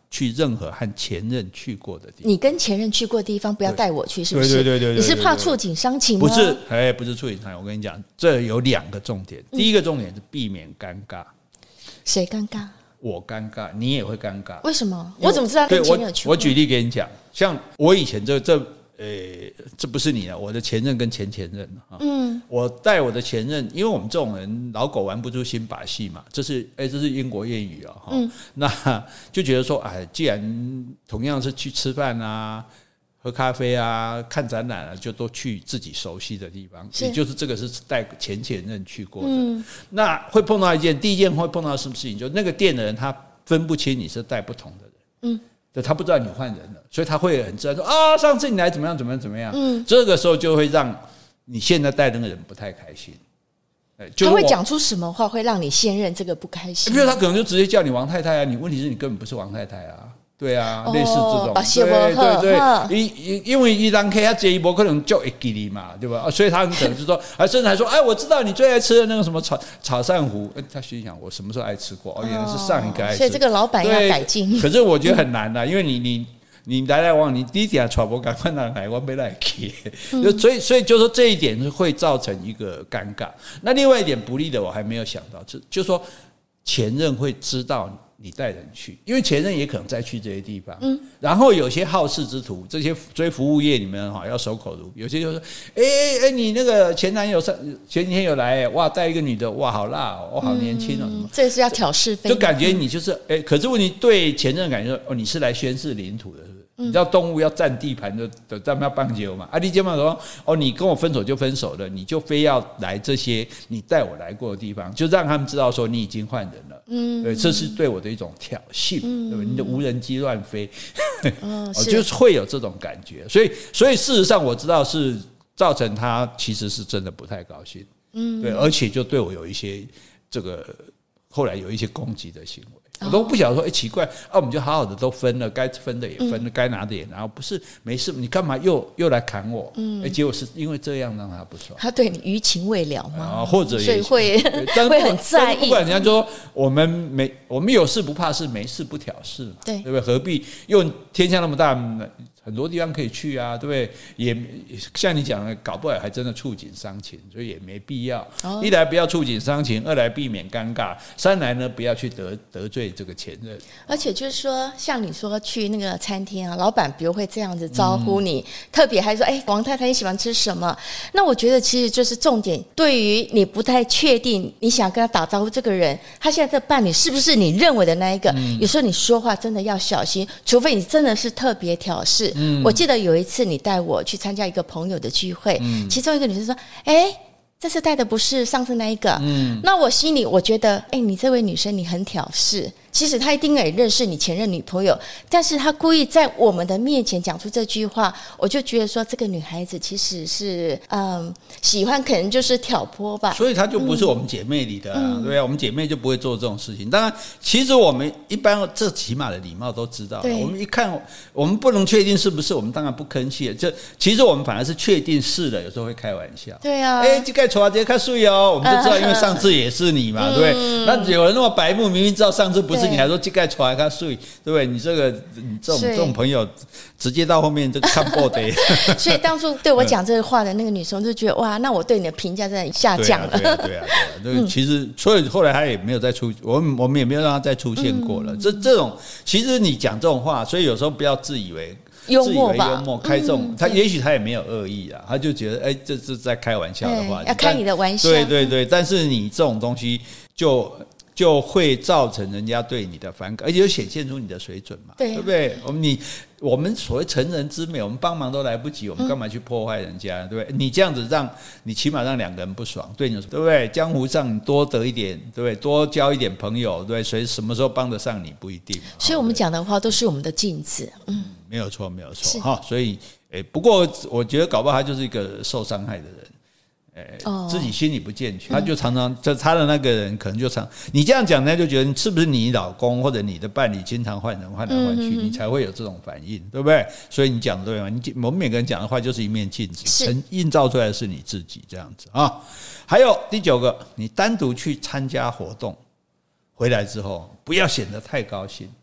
去任何和前任去过的地方。 你跟前任去过的地方，不要带我去，是不是？ 对， 你是怕触景伤情吗？ 不是，不是触景伤情。我跟你讲，这有2个重点。第一个重点是避免尴尬。 谁尴尬？ 我尴尬，你也会尴尬。 为什么？我怎么知道跟前任有去过？ 我举例给你讲，像我以前这不是你的，我的前任跟前前任我带我的前任，因为我们这种人老狗玩不出新把戏嘛，这是英国谚语那就觉得说，既然同样是去吃饭啊、喝咖啡啊、看展览啊，就都去自己熟悉的地方，也就是这个是带前前任去过的。那会碰到第一件会碰到什么事情？就那个店的人他分不清你是带不同的人，他不知道你换人了，所以他会很自然说上次你来怎么样，这个时候就会让你现在带那个人不太开心。 他会讲出什么话会让你现任这个不开心？ 比如他可能就直接叫你王太太啊，你问题是你根本不是王太太啊。对啊，类似这种，对，因为一人客他这一波可能就会记你嘛，对吧？所以他很可能就说，甚至还说，我知道你最爱吃的那个什么炒鳝糊，他心想我什么时候爱吃过？原来是上一个爱吃， 所以这个老板要改进。 可是我觉得很难的，因为你来往，你第一点传播赶快拿来，我没来给，所以就说这一点会造成一个尴尬。那另外一点不利的，我还没有想到，就说前任会知道你带人去，因为前任也可能再去这些地方，然后有些好事之徒，这些追服务业里面要守口如瓶，有些就说，你那个前男友前几天有来，哇，带一个女的，哇，好辣哦，好年轻哦， 这是要挑是非， 就感觉你就是，可是问题对前任感觉说，你是来宣示领土的，是不是？你知道动物要占地盘就咱们要棒球嘛？你肩膀说你跟我分手就分手了，你就非要来这些你带我来过的地方，就让他们知道说你已经换人了。对，这是对我的一种挑衅，对吧？你的无人机乱飞，就是会有这种感觉。所以事实上我知道是造成他其实是真的不太高兴，对，而且就对我有一些这个后来有一些攻击的行为。我都不晓得说，奇怪我们就好好的都分了，该分的也分了，该拿的也拿，不是没事，你干嘛又来砍我？结果是因为这样让他不爽， 他对你余情未了吗？ 或者所以会很在意。 不管人家说我们有事不怕事，没事不挑事嘛，对不对？何必用天下那么大？很多地方可以去啊，对不对？也像你讲的，搞不好还真的触景伤情，所以也没必要。一来不要触景伤情，二来避免尴尬，三来呢不要去得罪这个前任。 而且就是说，像你说去那个餐厅啊，老板比如会这样子招呼你，特别还说，王太太你喜欢吃什么？那我觉得其实就是重点，对于你不太确定你想跟他打招呼这个人，他现在在伴侣是不是你认为的那一个？有时候你说话真的要小心，除非你真的是特别挑事。我记得有一次你带我去参加一个朋友的聚会，其中一个女生说，这次带的不是上次那一个，那我心里我觉得，你这位女生你很挑事。其实他一定也认识你前任女朋友，但是他故意在我们的面前讲出这句话，我就觉得说这个女孩子其实是喜欢，可能就是挑拨吧。 所以她就不是我们姐妹里的对不对？我们姐妹就不会做这种事情。当然，其实我们一般这起码的礼貌都知道。我们一看，我们不能确定是不是，我们当然不吭气。其实我们反而是确定是的，有时候会开玩笑。 对啊， 这个穿这个水哦，我们就知道，因为上次也是你嘛，对不对？那有人那么白目，明明知道上次不是你，还说这个穿他水，对不对？你这种朋友，直接到后面就看破的。 所以当初对我讲这个话的那个女生就觉得哇，那我对你的评价真的下降了。 对啊。其实，所以后来他也没有再出，我们也没有让他再出现过了。这种，其实你讲这种话，所以有时候不要自以为幽默开这种，他也许他也没有恶意啊，他就觉得这是在开玩笑的话， 要开你的玩笑。 对，但是你这种东西就会造成人家对你的反感，而且就显现出你的水准嘛，对不对？我们所谓成人之美，我们帮忙都来不及，我们干嘛去破坏人家？对不对？你这样子你起码让两个人不爽，对你，对不对？江湖上你多得一点，对不对？多交一点朋友，对不对？什么时候帮得上你不一定。 所以我们讲的话都是我们的镜子， 没有错哈。所以不过我觉得搞不好他就是一个受伤害的人。自己心理不健全，他就常常他的那个人可能就你这样讲呢，就觉得是不是你老公或者你的伴侣经常换人换来换去，你才会有这种反应，对不对？所以你讲的对吗？我们每个人讲的话就是一面镜子，映照出来的是你自己这样子啊。还有第9个，你单独去参加活动回来之后，不要显得太高兴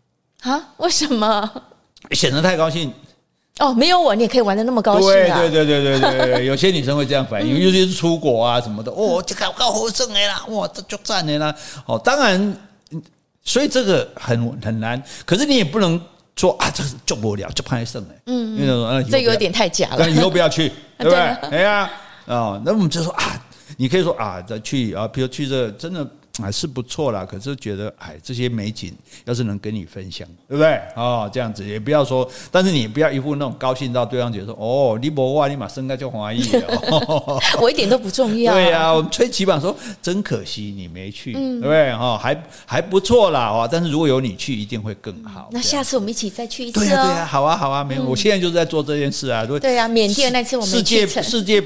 啊？为什么？ 显得太高兴。 哦，没有我你也可以玩得那么高兴啊！ 对，有些女生会这样反应，尤其是出国啊什么的。哦，这个高好胜的啦，哇，这就赞的啦。哦，当然，所以这个很难。可是你也不能说啊，这个就不了，就怕胜哎。 这有点太假了。 以后不要去，对不对？哎呀，那我们就说啊，你可以说啊，再去啊，比如去这真的。还是不错啦，可是觉得这些美景要是能跟你分享，对不对？这样子也不要说，但是你也不要一副那种高兴到对方觉得说你没我你马生该就欢喜了我一点都不重要。 对啊，我们吹起膀说真可惜你没去，对不对？还不错啦，但是如果有你去一定会更好。 那下次我们一起再去一次。 对啊，好啊，没有，我现在就是在做这件事啊。 对啊，缅甸那次我们去世界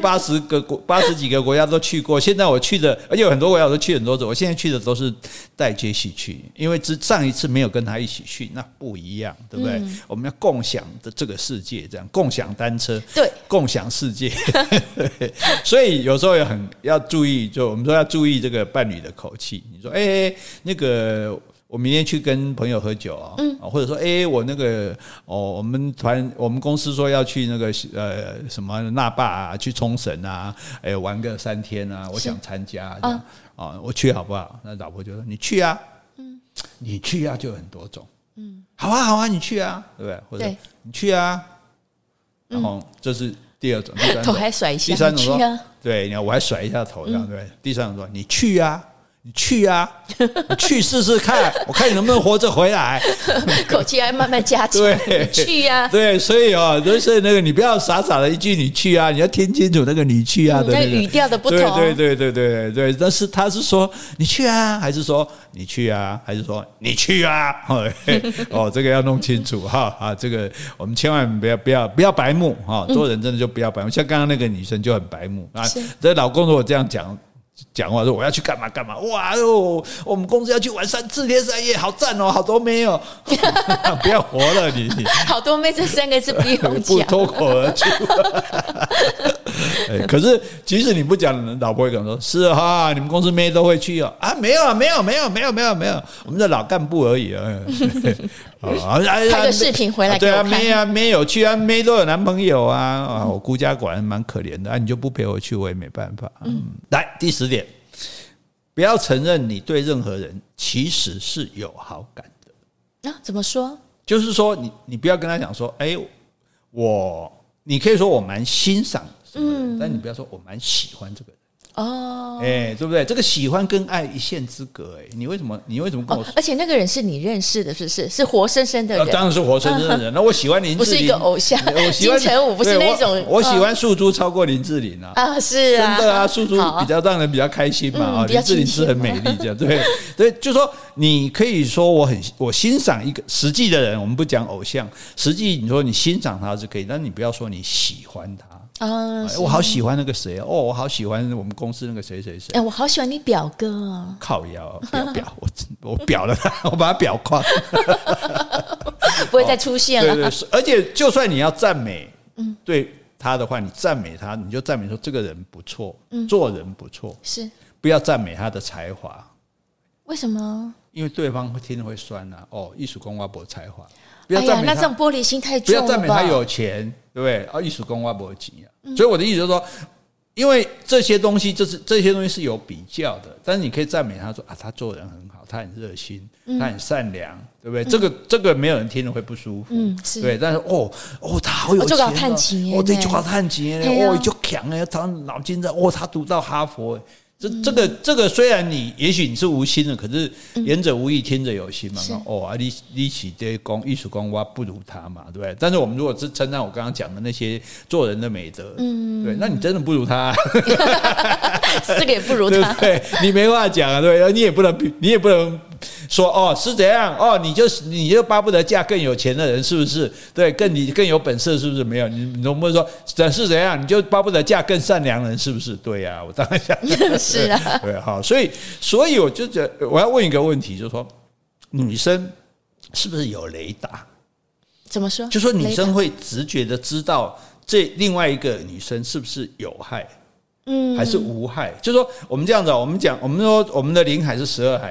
80几个国家都去过，现在我去的，而且有很多国家我都去很多次，我现在去的都是带杰西去，因为上一次没有跟他一起去，那不一样，对不对？我们要共享的这个世界，这样共享单车， 对， 共享世界。所以有时候要注意，就我们说要注意这个伴侣的口气。你说，那个我明天去跟朋友喝酒啊，或者说，我那个我们公司说要去那个什么那霸啊，去冲绳啊，玩个3天啊，我想参加这样。我去好不好？那老婆就说你去啊，你去啊，就有很多种，好啊，你去啊，对不对？或者你去啊，然后这是第二种，第三种头还甩一下， 第三种说你去啊， 对，我还甩一下头，这样对不对？第三种说你去啊。你去啊，你去试试看，我看你能不能活着回来。 口气还慢慢加强。对，你去啊。 对，所以就是那个你不要傻傻的一句你去啊，你要听清楚那个你去啊的那个语调的不同。 对，但是他是说你去啊，还是说你去啊，还是说你去啊？这个要弄清楚哈这个我们千万不要白目哈，做人真的就不要白目。像刚刚那个女生就很白目啊，这老公如果这样讲话说我要去干嘛，哇我们公司要去玩4天3夜，好赞好多妹哦，不要活了你， 好多妹这3个字不用讲， 不脱口而出。可是即使你不讲，老婆会跟我说是哈，你们公司妹都会去没有，我们的老干部而已拍个视频回来给我看。 对啊，妹有去啊，妹都有男朋友啊，我姑家果然蛮可怜的你就不陪我去，我也没办法。来第10点，不要承认你对任何人其实是有好感的。 怎么说？ 就是说你不要跟他讲说，你可以说我蛮欣赏什么人，但你不要说我蛮喜欢这个人。对不对？这个喜欢跟爱一线之隔，你为什么跟我说？ 而且那个人是你认识的，是不是？是活生生的人， 当然是活生生的人。那我喜欢林志玲， 不是一个偶像，金城武不是那种。 我喜欢素珠超过林志玲是啊， 真的啊，素珠比较让人比较开心嘛林志玲是很美丽，这样对，就说你可以说我欣赏一个实际的人，我们不讲偶像，实际你说你欣赏他是可以，但你不要说你喜欢他。我好喜欢那个谁我好喜欢我们公司那个谁我好喜欢你表哥靠腰表我表了他，我把他表框不会再出现了。 对，而且就算你要赞美对他的话，你赞美他，你就赞美说这个人不错，做人不错， 是不要赞美他的才华。 为什么？ 因为对方听了会酸艺术公我没才华。 那这种玻璃心太重了吧？ 不要赞美他有钱，对不对？艺术公我没钱所以我的意思就是说，因为这些东西是有比较的，但是你可以赞美他说他做人很好，他很热心，他很善良，对不对？这个没有人听了会不舒服，对。但是他好有钱， 就搞探钱， 对，就搞探钱，就强他脑筋在，他读到哈佛。这个虽然也许你是无心的，可是言者无意，听者有心嘛。你起这功艺术功，我不如他嘛，对不对？但是我们如果是称赞我刚刚讲的那些做人的美德，对，那你真的不如他， 这个也不如他， 对，你没话讲对不对？你也不能说是怎样你就巴不得嫁更有钱的人，是不是？对，你更有本事，是不是？没有，你总不能说是怎样，你就巴不得嫁更善良的人，是不是？对呀，我当然想是啊， 对，好，所以我就觉得我要问一个问题，就是说女生是不是有雷达？ 怎么说？ 就说女生会直觉的知道这另外一个女生是不是有害，还是无害？就是说我们这样子，我们说我们的领海是12海里。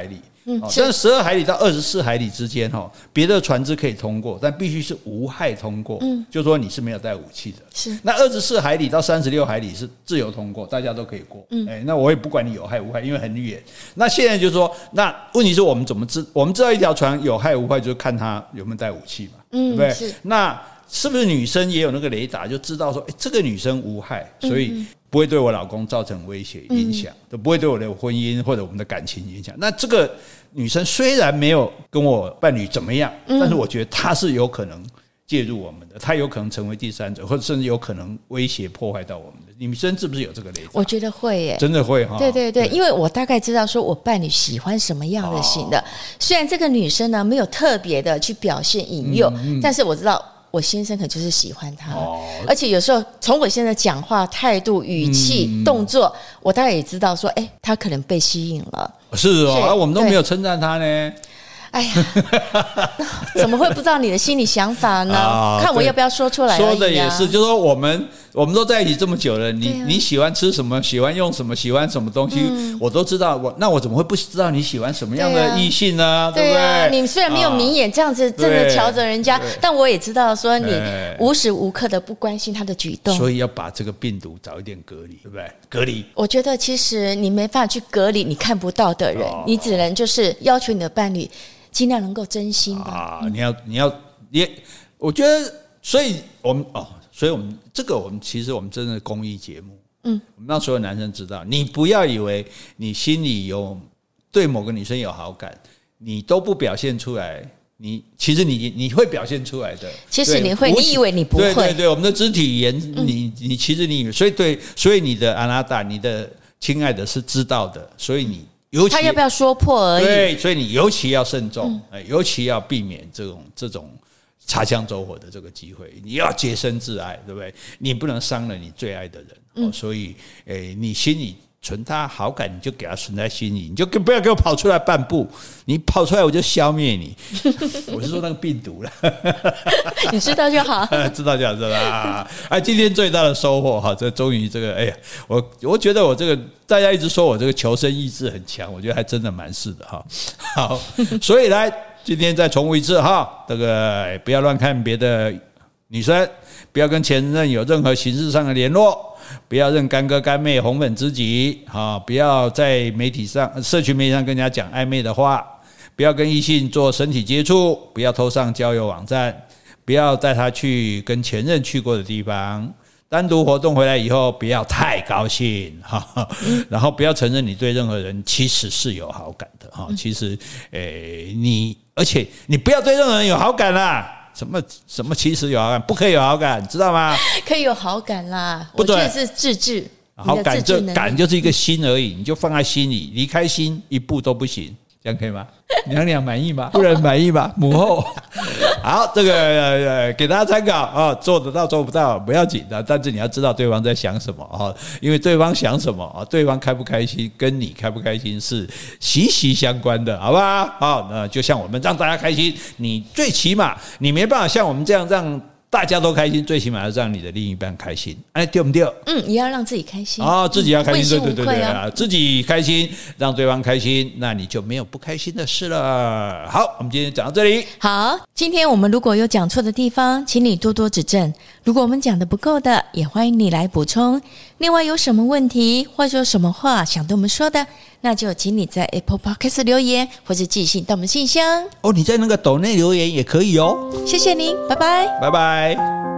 但是12海里到24海里之间别的船只可以通过，但必须是无害通过，就说你是没有带武器的。 是。 那24海里到36海里是自由通过，大家都可以过。那我也不管你有害无害，因为很远。那现在就是说，那问题是我们怎么我们知道一条船有害无害，就是看它有没有带武器嘛，对不对？那是不是女生也有那个雷达，就知道说，这个女生无害，所以不会对我老公造成威胁影响，都不会对我的婚姻或者我们的感情影响。那这个女生虽然没有跟我伴侣怎么样，但是我觉得她是有可能介入我们的，她有可能成为第三者，或者甚至有可能威胁破坏到我们的。女生是不是有这个雷达？ 我觉得会耶， 真的会哈。 对对对，因为我大概知道说我伴侣喜欢什么样的型的，虽然这个女生呢没有特别的去表现引诱，但是我知道我先生可就是喜欢他，而且有时候从我现在讲话态度、语气、动作，我大概也知道说，他可能被吸引了。 是哦，我们都没有称赞他呢。 哎呀，怎么会不知道你的心理想法呢？看我要不要说出来而已啊。 说的也是，就是说我们都在一起这么久了，你喜欢吃什么，喜欢用什么，喜欢什么东西，我都知道。那我怎么会不知道你喜欢什么样的异性呢？对不对？ 你虽然没有明眼这样子真的瞧着人家，但我也知道说你无时无刻的不关心他的举动， 所以要把这个病毒早一点隔离，对不对？隔离。我觉得其实你没办法去隔离你看不到的人，你只能就是要求你的伴侣尽量能够真心吧。 我觉得，所以我们这个我们其实我们真的公益节目，我们让所有男生知道，你不要以为你心里有对某个女生有好感，你都不表现出来，其实你会表现出来的。 其实你会，你以为你不会？ 对，我们的肢体语言，你其实你所以你的阿拉达，你的亲爱的是知道的，所以你。 他要不要说破而已？ 对，所以你尤其要慎重，尤其要避免这种擦枪走火的这个机会。你要洁身自爱，对不对？你不能伤了你最爱的人。所以，你心里存他好感，你就给他存在心里，你就不要给我跑出来半步，你跑出来我就消灭你。我是说那个病毒了， 你知道就好， 知道就好，知道吧？今天最大的收获哈，这终于这个，我觉得我这个大家一直说我这个求生意志很强，我觉得还真的蛮是的哈。好，所以来今天再重复一次哈，这个不要乱看别的女生，不要跟前任有任何形式上的联络。不要认干哥干妹红粉知己，不要在媒体上、社群媒体上跟人家讲暧昧的话，不要跟异性做身体接触，不要偷上交友网站，不要带他去跟前任去过的地方，单独活动回来以后不要太高兴，然后不要承认你对任何人其实是有好感的，其实而且你不要对任何人有好感啦。什么其实有好感，不可以有好感，知道吗？ 可以有好感啦，我觉得是自制。 好感就是一个心而已，你就放在心里，离开心一步都不行，这样可以吗？娘娘满意吗？夫人满意吗？母后好，这个给大家参考做得到做不到不要紧的，但是你要知道对方在想什么因为对方想什么对方开不开心跟你开不开心是息息相关的，好吧？好，那就像我们让大家开心，你最起码你没办法像我们这样让大家都开心，最起码要让你的另一半开心，对不对？ 也要让自己开心自己要开心，对啊，自己开心，让对方开心，那你就没有不开心的事了。好，我们今天讲到这里。 好，今天我们如果有讲错的地方，请你多多指正。如果我们讲的不够的，也欢迎你来补充。另外有什么问题或者有什么话想对我们说的，那就请你在 Apple Podcast 留言或是寄信到我们信箱。 你在那个抖内留言也可以哦。 谢谢您，拜拜， 拜拜。